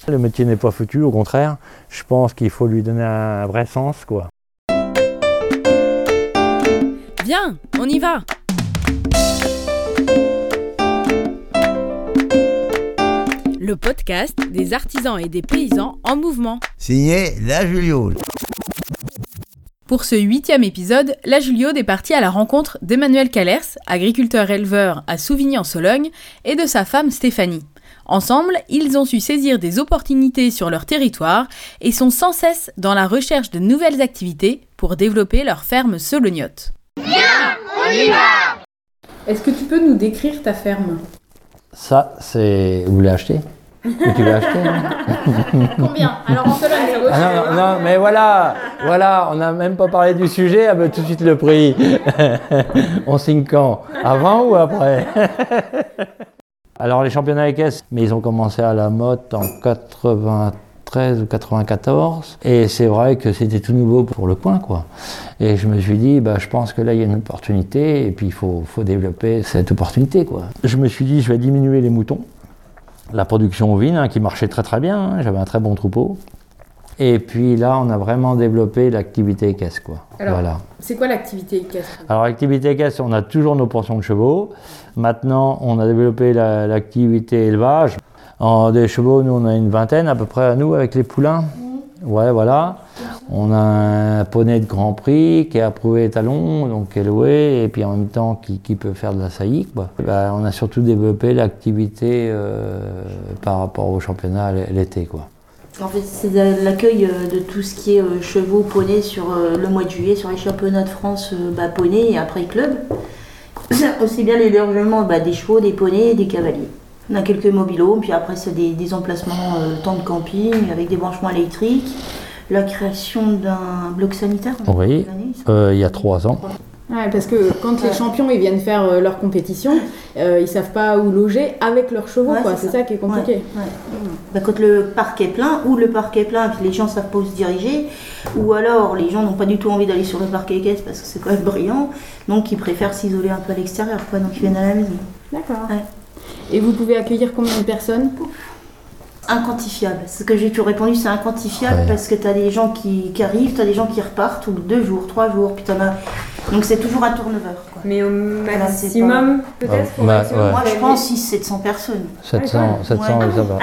Le métier n'est pas foutu, au contraire. Je pense qu'il faut lui donner un vrai sens, quoi. Viens, on y va! Le podcast des artisans et des paysans en mouvement. Signé La Juliaude. Pour ce 8e épisode, La Juliaude est partie à la rencontre d'Emmanuel Callers, agriculteur-éleveur à Souvigny-en-Sologne, et de sa femme Stéphanie. Ensemble, ils ont su saisir des opportunités sur leur territoire et sont sans cesse dans la recherche de nouvelles activités pour développer leur ferme solognote. Viens, on y va! Est-ce que tu peux nous décrire ta ferme ? Ça, c'est... Vous voulez acheter ? Ou tu veux acheter, Combien ? Alors en Sologne, c'est Ah non, mais voilà, on n'a même pas parlé du sujet, ah ben tout de suite le prix. On signe quand ? Avant ou après ? Alors les championnats équestres, mais ils ont commencé à la Motte en 93 ou 94. Et c'est vrai que c'était tout nouveau pour le coin, quoi. Et je me suis dit, je pense que là il y a une opportunité et puis il faut développer cette opportunité, quoi. Je me suis dit, je vais diminuer les moutons. La production ovine, qui marchait très très bien, j'avais un très bon troupeau. Et puis là, on a vraiment développé l'activité équestre, quoi. Alors, voilà. C'est quoi l'activité équestre ? Alors l'activité équestre, on a toujours nos portions de chevaux. Maintenant, on a développé l'activité élevage. Des chevaux, nous, on a une vingtaine à peu près à nous avec les poulains. Ouais, voilà. On a un poney de Grand Prix qui est approuvé étalon, donc qui est loué, et puis en même temps qui peut faire de la saillie, quoi. On a surtout développé l'activité par rapport au championnat l'été, quoi. En fait, c'est l'accueil de tout ce qui est chevaux, poneys sur le mois de juillet, sur les championnats de France poney et après club. Aussi bien l'hébergement des chevaux, des poneys et des cavaliers. On a quelques mobilhomes, puis après c'est des emplacements temps de camping avec des branchements électriques. La création d'un bloc sanitaire. Oui, il y a 3 ans. Ouais, parce que quand les champions ils viennent faire leur compétition, ils savent pas où loger avec leurs chevaux, quoi. C'est ça qui est compliqué. Ouais. Quand le parc est plein, puis les gens savent pas où se diriger, ou alors les gens n'ont pas du tout envie d'aller sur le parc équestre parce que c'est quand même brillant, donc ils préfèrent s'isoler un peu à l'extérieur, quoi. Donc ils viennent à la maison. D'accord. Ouais. Et vous pouvez accueillir combien de personnes ? Inquantifiable. Ce que j'ai toujours répondu, c'est inquantifiable parce que tu as des gens qui arrivent, tu as des gens qui repartent, ou 2 jours, 3 jours, puis t'en as... Donc c'est toujours un turnover, quoi. Mais au maximum, peut-être Moi, je pense 600-700 personnes. 700, ça va.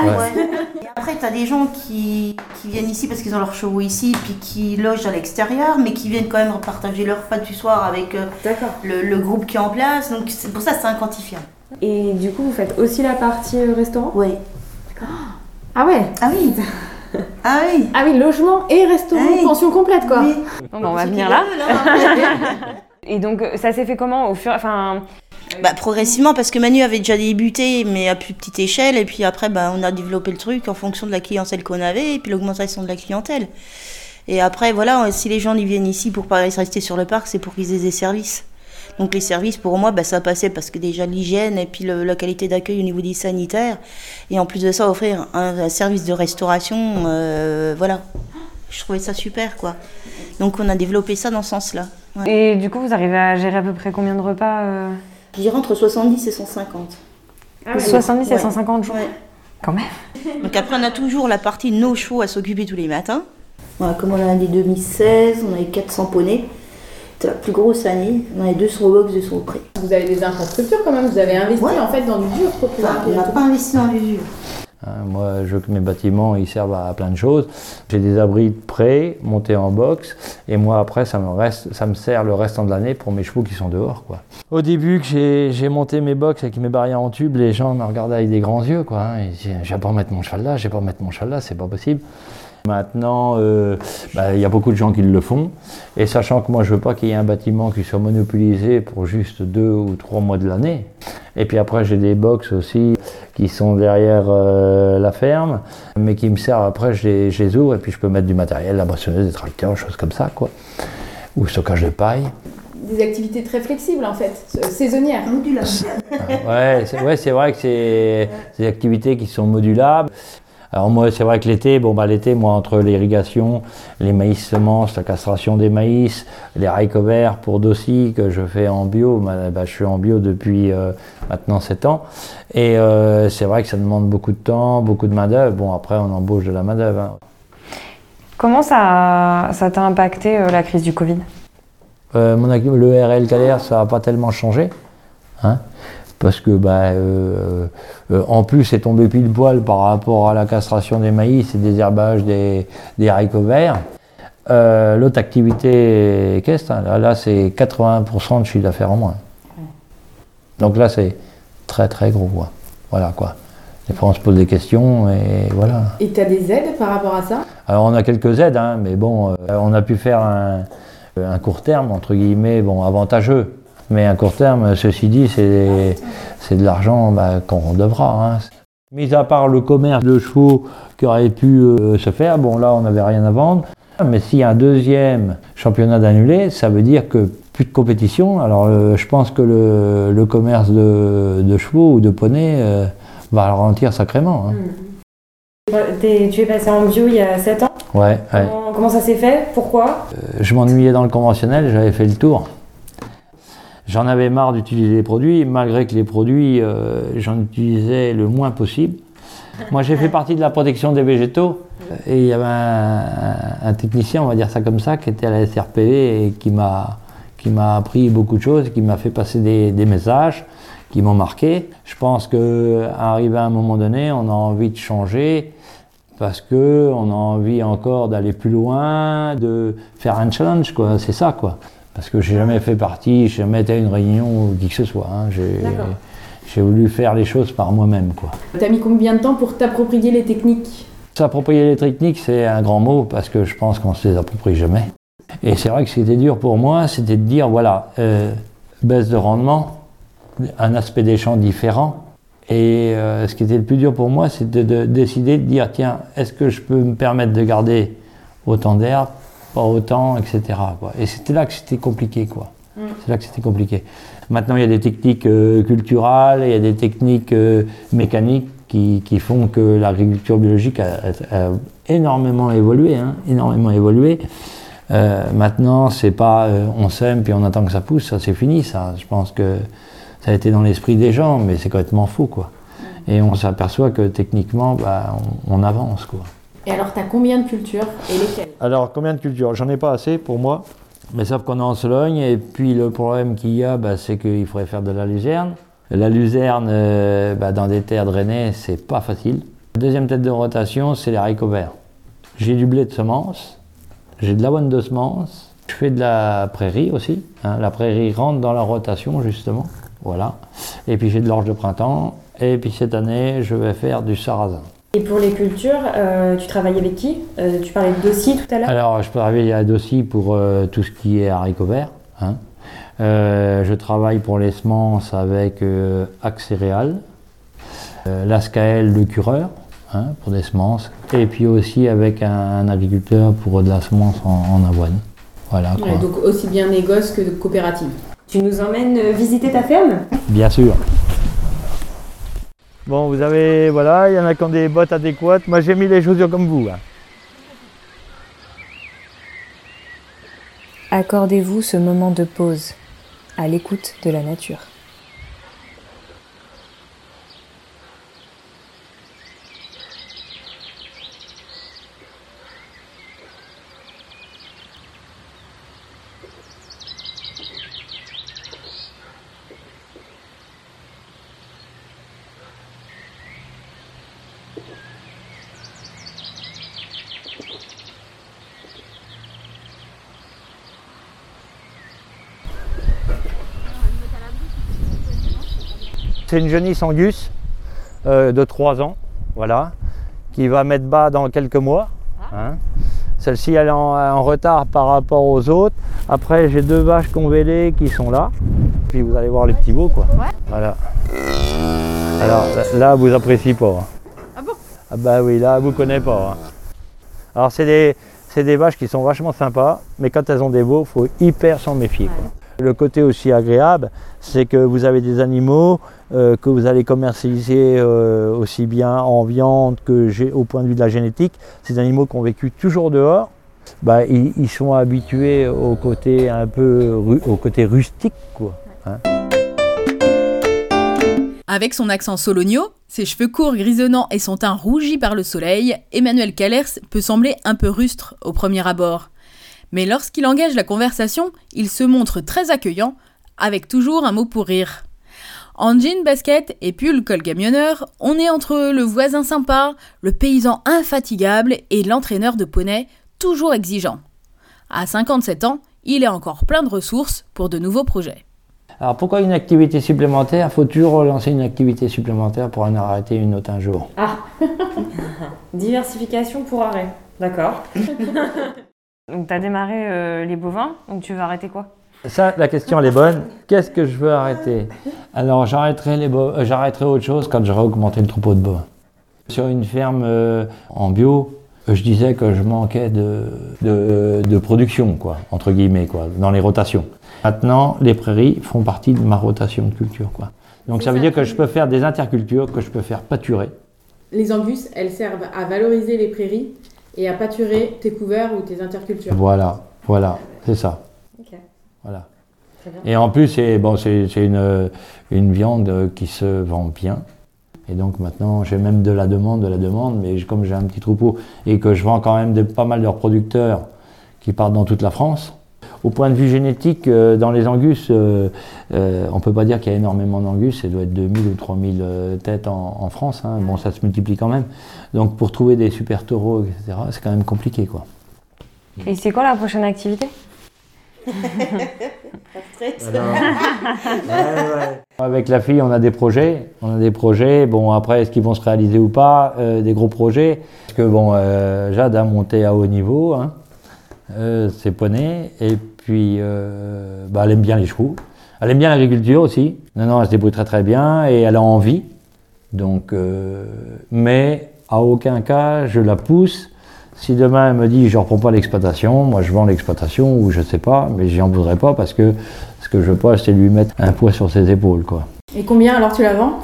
Et après, tu as des gens qui viennent ici parce qu'ils ont leurs chevaux ici, puis qui logent à l'extérieur, mais qui viennent quand même partager leur repas du soir avec le groupe qui est en place. Donc c'est pour ça que c'est inquantifiable. Et du coup, vous faites aussi la partie restaurant ? Oui. Ah ouais. Ah oui. Ah oui. Ah oui, logement et restaurant, pension complète, quoi. Oui. Bon, on va venir là. Et donc, ça s'est fait comment progressivement, parce que Manu avait déjà débuté, mais à plus petite échelle, et puis après, on a développé le truc en fonction de la clientèle qu'on avait, et puis l'augmentation de la clientèle. Et après, voilà, si les gens y viennent ici pour pas rester sur le parc, c'est pour qu'ils aient des services. Donc les services, pour moi, ça passait parce que déjà l'hygiène et puis la qualité d'accueil au niveau des sanitaires. Et en plus de ça, offrir un service de restauration, voilà. Je trouvais ça super, quoi. Donc on a développé ça dans ce sens-là. Ouais. Et du coup, vous arrivez à gérer à peu près combien de repas Je dirais entre 70 et 150. 70 et 150 jours. Ouais. Quand même. Donc après, on a toujours la partie de nos chevaux à s'occuper tous les matins. Voilà, comme on a des 2016, on avait 400 poneys. C'était la plus grosse année. On avait 2 sur le box, 2 sur le pré. Vous avez des infrastructures quand même, vous avez investi en fait dans du dur pour pouvoir... On n'a pas investi dans du dur. Moi, mes bâtiments, ils servent à plein de choses. J'ai des abris de pré montés en box, et moi après, ça me sert le restant de l'année pour mes chevaux qui sont dehors, quoi. Au début que j'ai monté mes box avec mes barrières en tube, les gens me regardaient avec des grands yeux, quoi. Ils disaient, je vais pas mettre mon cheval là, c'est pas possible. Maintenant, y a beaucoup de gens qui le font, et sachant que moi je veux pas qu'il y ait un bâtiment qui soit monopolisé pour juste 2 ou 3 mois de l'année. Et puis après j'ai des box aussi qui sont derrière la ferme, mais qui me servent après, je les ouvre et puis je peux mettre du matériel, la moissonneuse, des tracteurs, des choses comme ça, quoi. Ou le stockage de paille. Des activités très flexibles en fait, saisonnières. Modulables. C'est vrai que c'est des activités qui sont modulables. Alors moi, c'est vrai que l'été, l'été, moi, entre l'irrigation, les maïs semences, la castration des maïs, les haricots verts pour Dossi que je fais en bio, je suis en bio depuis maintenant 7 ans. Et c'est vrai que ça demande beaucoup de temps, beaucoup de main-d'œuvre. Bon, après, on embauche de la main-d'œuvre. Hein. Comment ça t'a impacté la crise du Covid ? Le RL Calaire, ça n'a pas tellement changé. Hein, parce que en plus c'est tombé pile poil par rapport à la castration des maïs et des herbages des haricots verts. L'autre activité équestre, là c'est 80% de chiffre d'affaires en moins. Donc là c'est très très gros quoi. Voilà quoi. Des fois on se pose des questions et voilà. Et tu as des aides par rapport à ça ? Alors on a quelques aides, hein, mais bon, on a pu faire un court terme entre guillemets, avantageux. Mais à court terme, ceci dit, c'est de l'argent qu'on devra. Hein. Mis à part le commerce de chevaux qui aurait pu se faire, là on n'avait rien à vendre. Mais s'il y a un deuxième championnat d'annulé, ça veut dire que plus de compétition. Alors je pense que le commerce de chevaux ou de poneys va ralentir sacrément. Hein. Tu es passé en bio il y a 7 ans ? Ouais. Comment ça s'est fait ? Pourquoi ? Je m'ennuyais dans le conventionnel, j'avais fait le tour. J'en avais marre d'utiliser les produits, malgré que les produits, j'en utilisais le moins possible. Moi, j'ai fait partie de la protection des végétaux. Et il y avait un technicien, on va dire ça comme ça, qui était à la SRPV et qui m'a appris beaucoup de choses, qui m'a fait passer des messages qui m'ont marqué. Je pense qu'arrivé à un moment donné, on a envie de changer parce qu'on a envie encore d'aller plus loin, de faire un challenge, quoi. C'est ça, quoi. Parce que j'ai jamais fait partie, j'ai jamais été à une réunion ou qui que ce soit. Hein. J'ai voulu faire les choses par moi-même, quoi. T'as mis combien de temps pour t'approprier les techniques ? S'approprier les techniques, c'est un grand mot parce que je pense qu'on ne se les approprie jamais. Et c'est vrai que ce qui était dur pour moi, c'était de dire, baisse de rendement, un aspect des champs différent. Et ce qui était le plus dur pour moi, c'était de décider de dire, tiens, est-ce que je peux me permettre de garder autant d'herbe, pas autant, etc. quoi. Et c'était là que c'était compliqué, quoi. C'est là que c'était compliqué. Maintenant, il y a des techniques culturales, il y a des techniques mécaniques qui font que l'agriculture biologique a énormément évolué, hein, énormément évolué. Maintenant, c'est pas on sème puis on attend que ça pousse, ça c'est fini, ça. Je pense que ça a été dans l'esprit des gens, mais c'est complètement faux, quoi. Et on s'aperçoit que techniquement, on avance, quoi. Et alors, tu as combien de cultures et lesquelles ? Alors, combien de cultures ? J'en ai pas assez pour moi, mais sauf qu'on est en Sologne, et puis le problème qu'il y a, c'est qu'il faudrait faire de la luzerne. La luzerne, dans des terres drainées, c'est pas facile. La deuxième tête de rotation, c'est les haricots verts. J'ai du blé de semence, j'ai de l'avoine de semence, je fais de la prairie aussi. Hein, la prairie rentre dans la rotation, justement. Voilà. Et puis j'ai de l'orge de printemps, et puis cette année, je vais faire du sarrasin. Et pour les cultures, tu travailles avec qui ? Tu parlais de Dossi tout à l'heure ? Alors, je travaille à Dossi pour tout ce qui est haricots verts. Hein. Je travaille pour les semences avec Accéréal, l'Ascaël de Cureur, hein, pour des semences, et puis aussi avec un agriculteur pour de la semence en avoine. Voilà, quoi. Ouais, donc aussi bien négoce que coopérative. Tu nous emmènes visiter ta ferme ? Bien sûr. Bon, vous avez, il y en a qui ont des bottes adéquates. Moi, j'ai mis les chaussures comme vous. Hein. Accordez-vous ce moment de pause, à l'écoute de la nature. C'est une genisse angus de 3 ans, voilà, qui va mettre bas dans quelques mois. Hein. Celle-ci elle est en retard par rapport aux autres. Après j'ai 2 vaches convélées qui sont là. Puis vous allez voir les petits veaux, quoi. Voilà. Alors là vous appréciez pas. Hein. Ah bon ? Ah bah oui, là vous connaissez pas. Hein. Alors c'est des vaches qui sont vachement sympas, mais quand elles ont des veaux, il faut hyper s'en méfier, quoi. Le côté aussi agréable, c'est que vous avez des animaux que vous allez commercialiser aussi bien en viande que au point de vue de la génétique. Ces animaux qui ont vécu toujours dehors, ils sont habitués au côté un peu au côté rustique, quoi. Hein. Avec son accent sologno, ses cheveux courts grisonnants et son teint rougi par le soleil, Emmanuel Callers peut sembler un peu rustre au premier abord. Mais lorsqu'il engage la conversation, il se montre très accueillant, avec toujours un mot pour rire. En jean, basket et pull col camionneur, on est entre le voisin sympa, le paysan infatigable et l'entraîneur de poney toujours exigeant. À 57 ans, il est encore plein de ressources pour de nouveaux projets. Alors pourquoi une activité supplémentaire? Il faut toujours relancer une activité supplémentaire pour en arrêter une autre un jour. Ah diversification pour arrêt, d'accord. Donc tu as démarré les bovins, donc tu veux arrêter quoi? Ça, la question elle est bonne. Qu'est-ce que je veux arrêter? Alors j'arrêterai autre chose quand j'aurai augmenté le troupeau de bovins. Sur une ferme en bio, je disais que je manquais de production, quoi, entre guillemets, quoi, dans les rotations. Maintenant, les prairies font partie de ma rotation de culture, quoi. Donc ça veut dire que je peux faire des intercultures, que je peux faire pâturer. Les angus, elles servent à valoriser les prairies et à pâturer tes couverts ou tes intercultures. Voilà, c'est ça. Ok. Voilà. Très bien. Et en plus, c'est une viande qui se vend bien. Et donc maintenant, j'ai même de la demande, mais comme j'ai un petit troupeau et que je vends quand même pas mal de reproducteurs qui partent dans toute la France. Au point de vue génétique, dans les angus, on ne peut pas dire qu'il y a énormément d'angus, ça doit être 2000 ou 3000 têtes en France, hein. Bon, ça se multiplie quand même. Donc pour trouver des super taureaux, etc., c'est quand même compliqué, quoi. Et c'est quoi la prochaine activité? Avec la fille, on a des projets. Bon, après, est-ce qu'ils vont se réaliser ou pas? Des gros projets. Parce que bon, Jade a monté à haut niveau, hein. C'est poney. Et puis, elle aime bien les chevaux. Elle aime bien l'agriculture aussi. Non, elle se débrouille très très bien et elle a envie. Donc, mais à aucun cas, je la pousse. Si demain elle me dit je ne reprends pas l'exploitation, moi je vends l'exploitation ou je ne sais pas, mais j'en voudrais pas parce que ce que je veux pas, c'est lui mettre un poids sur ses épaules, quoi. Et combien alors tu la vends?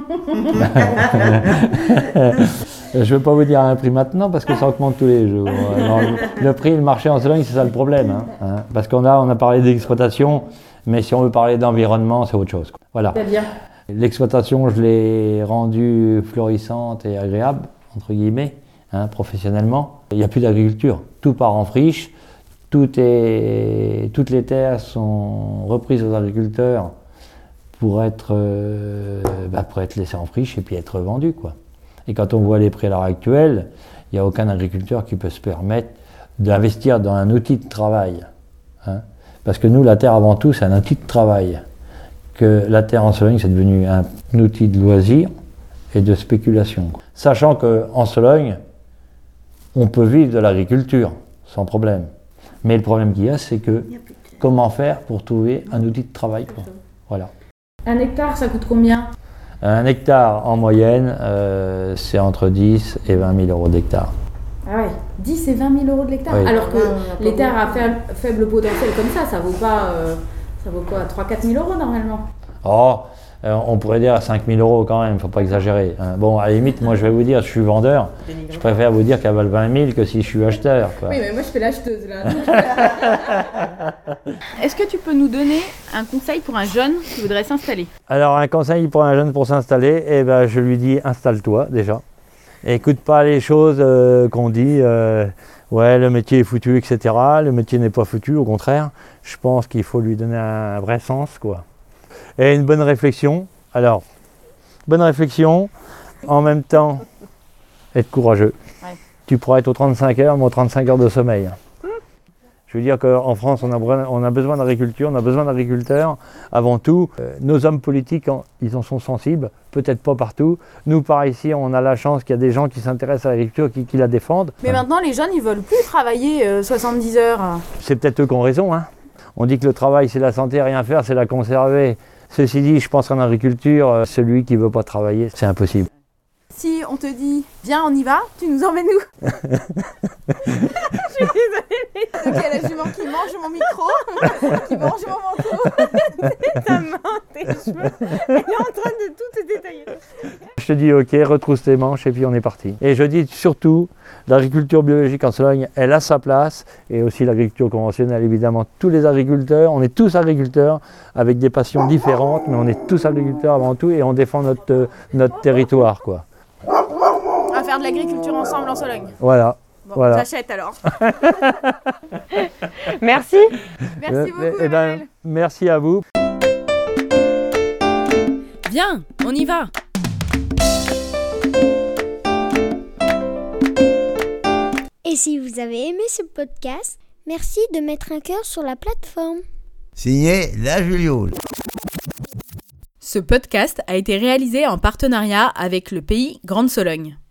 Je ne veux pas vous dire un prix maintenant parce que ça augmente tous les jours. Alors, le prix, le marché en Sologne, c'est ça le problème, hein. Parce qu'on a parlé d'exploitation, mais si on veut parler d'environnement, c'est autre chose, quoi. Voilà. C'est-à-dire? L'exploitation, je l'ai rendue florissante et agréable, entre guillemets, hein, professionnellement. Il n'y a plus d'agriculture, tout part en friche, toutes les terres sont reprises aux agriculteurs pour être laissées en friche et puis être vendues, quoi. Et quand on voit les prix à l'heure actuelle, il n'y a aucun agriculteur qui peut se permettre d'investir dans un outil de travail, hein. Parce que nous, la terre avant tout, c'est un outil de travail. Que la terre en Sologne, c'est devenu un outil de loisir et de spéculation, quoi. Sachant qu'en Sologne, on peut vivre de l'agriculture, sans problème. Mais le problème qu'il y a, c'est que comment faire pour trouver un outil de travail, quoi. Voilà. Un hectare, ça coûte combien? Un hectare, en moyenne, c'est entre 10 et 20 000 euros d'hectare. Ah ouais, 10 et 20 000 euros de l'hectare. Oui. Alors que les terres à faible potentiel comme ça vaut pas, ça vaut quoi, 3-4 000 euros normalement? Oh, on pourrait dire 5 000 euros quand même, il ne faut pas exagérer, hein. Bon, à la limite, moi je vais vous dire, je suis vendeur, je préfère vous dire qu'elle valent 20 000 que si je suis acheteur, quoi. Oui, mais moi je fais l'acheteuse là. Est-ce que tu peux nous donner un conseil pour un jeune qui voudrait s'installer? Alors un conseil pour un jeune pour s'installer, je lui dis installe-toi déjà. Écoute pas les choses qu'on dit, ouais le métier est foutu, etc. Le métier n'est pas foutu, au contraire. Je pense qu'il faut lui donner un vrai sens, quoi. Et une bonne réflexion. Alors, bonne réflexion, en même temps, être courageux. Ouais. Tu pourras être aux 35 heures, mais aux 35 heures de sommeil. Je veux dire qu'en France, on a besoin d'agriculture, on a besoin d'agriculteurs. Avant tout, nos hommes politiques, ils en sont sensibles, peut-être pas partout. Nous, par ici, on a la chance qu'il y a des gens qui s'intéressent à l'agriculture, qui la défendent. Mais maintenant, les jeunes, ils veulent plus travailler 70 heures. C'est peut-être eux qui ont raison, hein. On dit que le travail, c'est la santé, rien faire, c'est la conserver. Ceci dit, je pense qu'en agriculture, celui qui ne veut pas travailler, c'est impossible. Si on te dit, viens, on y va, tu nous emmènes où? suis désolée. Donc il y a la jument qui mange mon micro, qui mange mon manteau. Ta main, tes cheveux. Elle est en train de tout te détailler. Je te dis ok, retrousse tes manches et puis on est parti. Et je dis surtout, l'agriculture biologique en Sologne, elle a sa place, et aussi l'agriculture conventionnelle, évidemment. Tous les agriculteurs, on est tous agriculteurs avec des passions différentes, mais on est tous agriculteurs avant tout et on défend notre territoire, quoi. On va faire de l'agriculture ensemble en Sologne. Voilà. Bon, Voilà. j'achète alors. Merci. Merci beaucoup, Eh ben, Emmanuel. merci à vous. Viens, on y va. Et si vous avez aimé ce podcast, merci de mettre un cœur sur la plateforme. Signé La Juliole. Ce podcast a été réalisé en partenariat avec le pays Grande Sologne.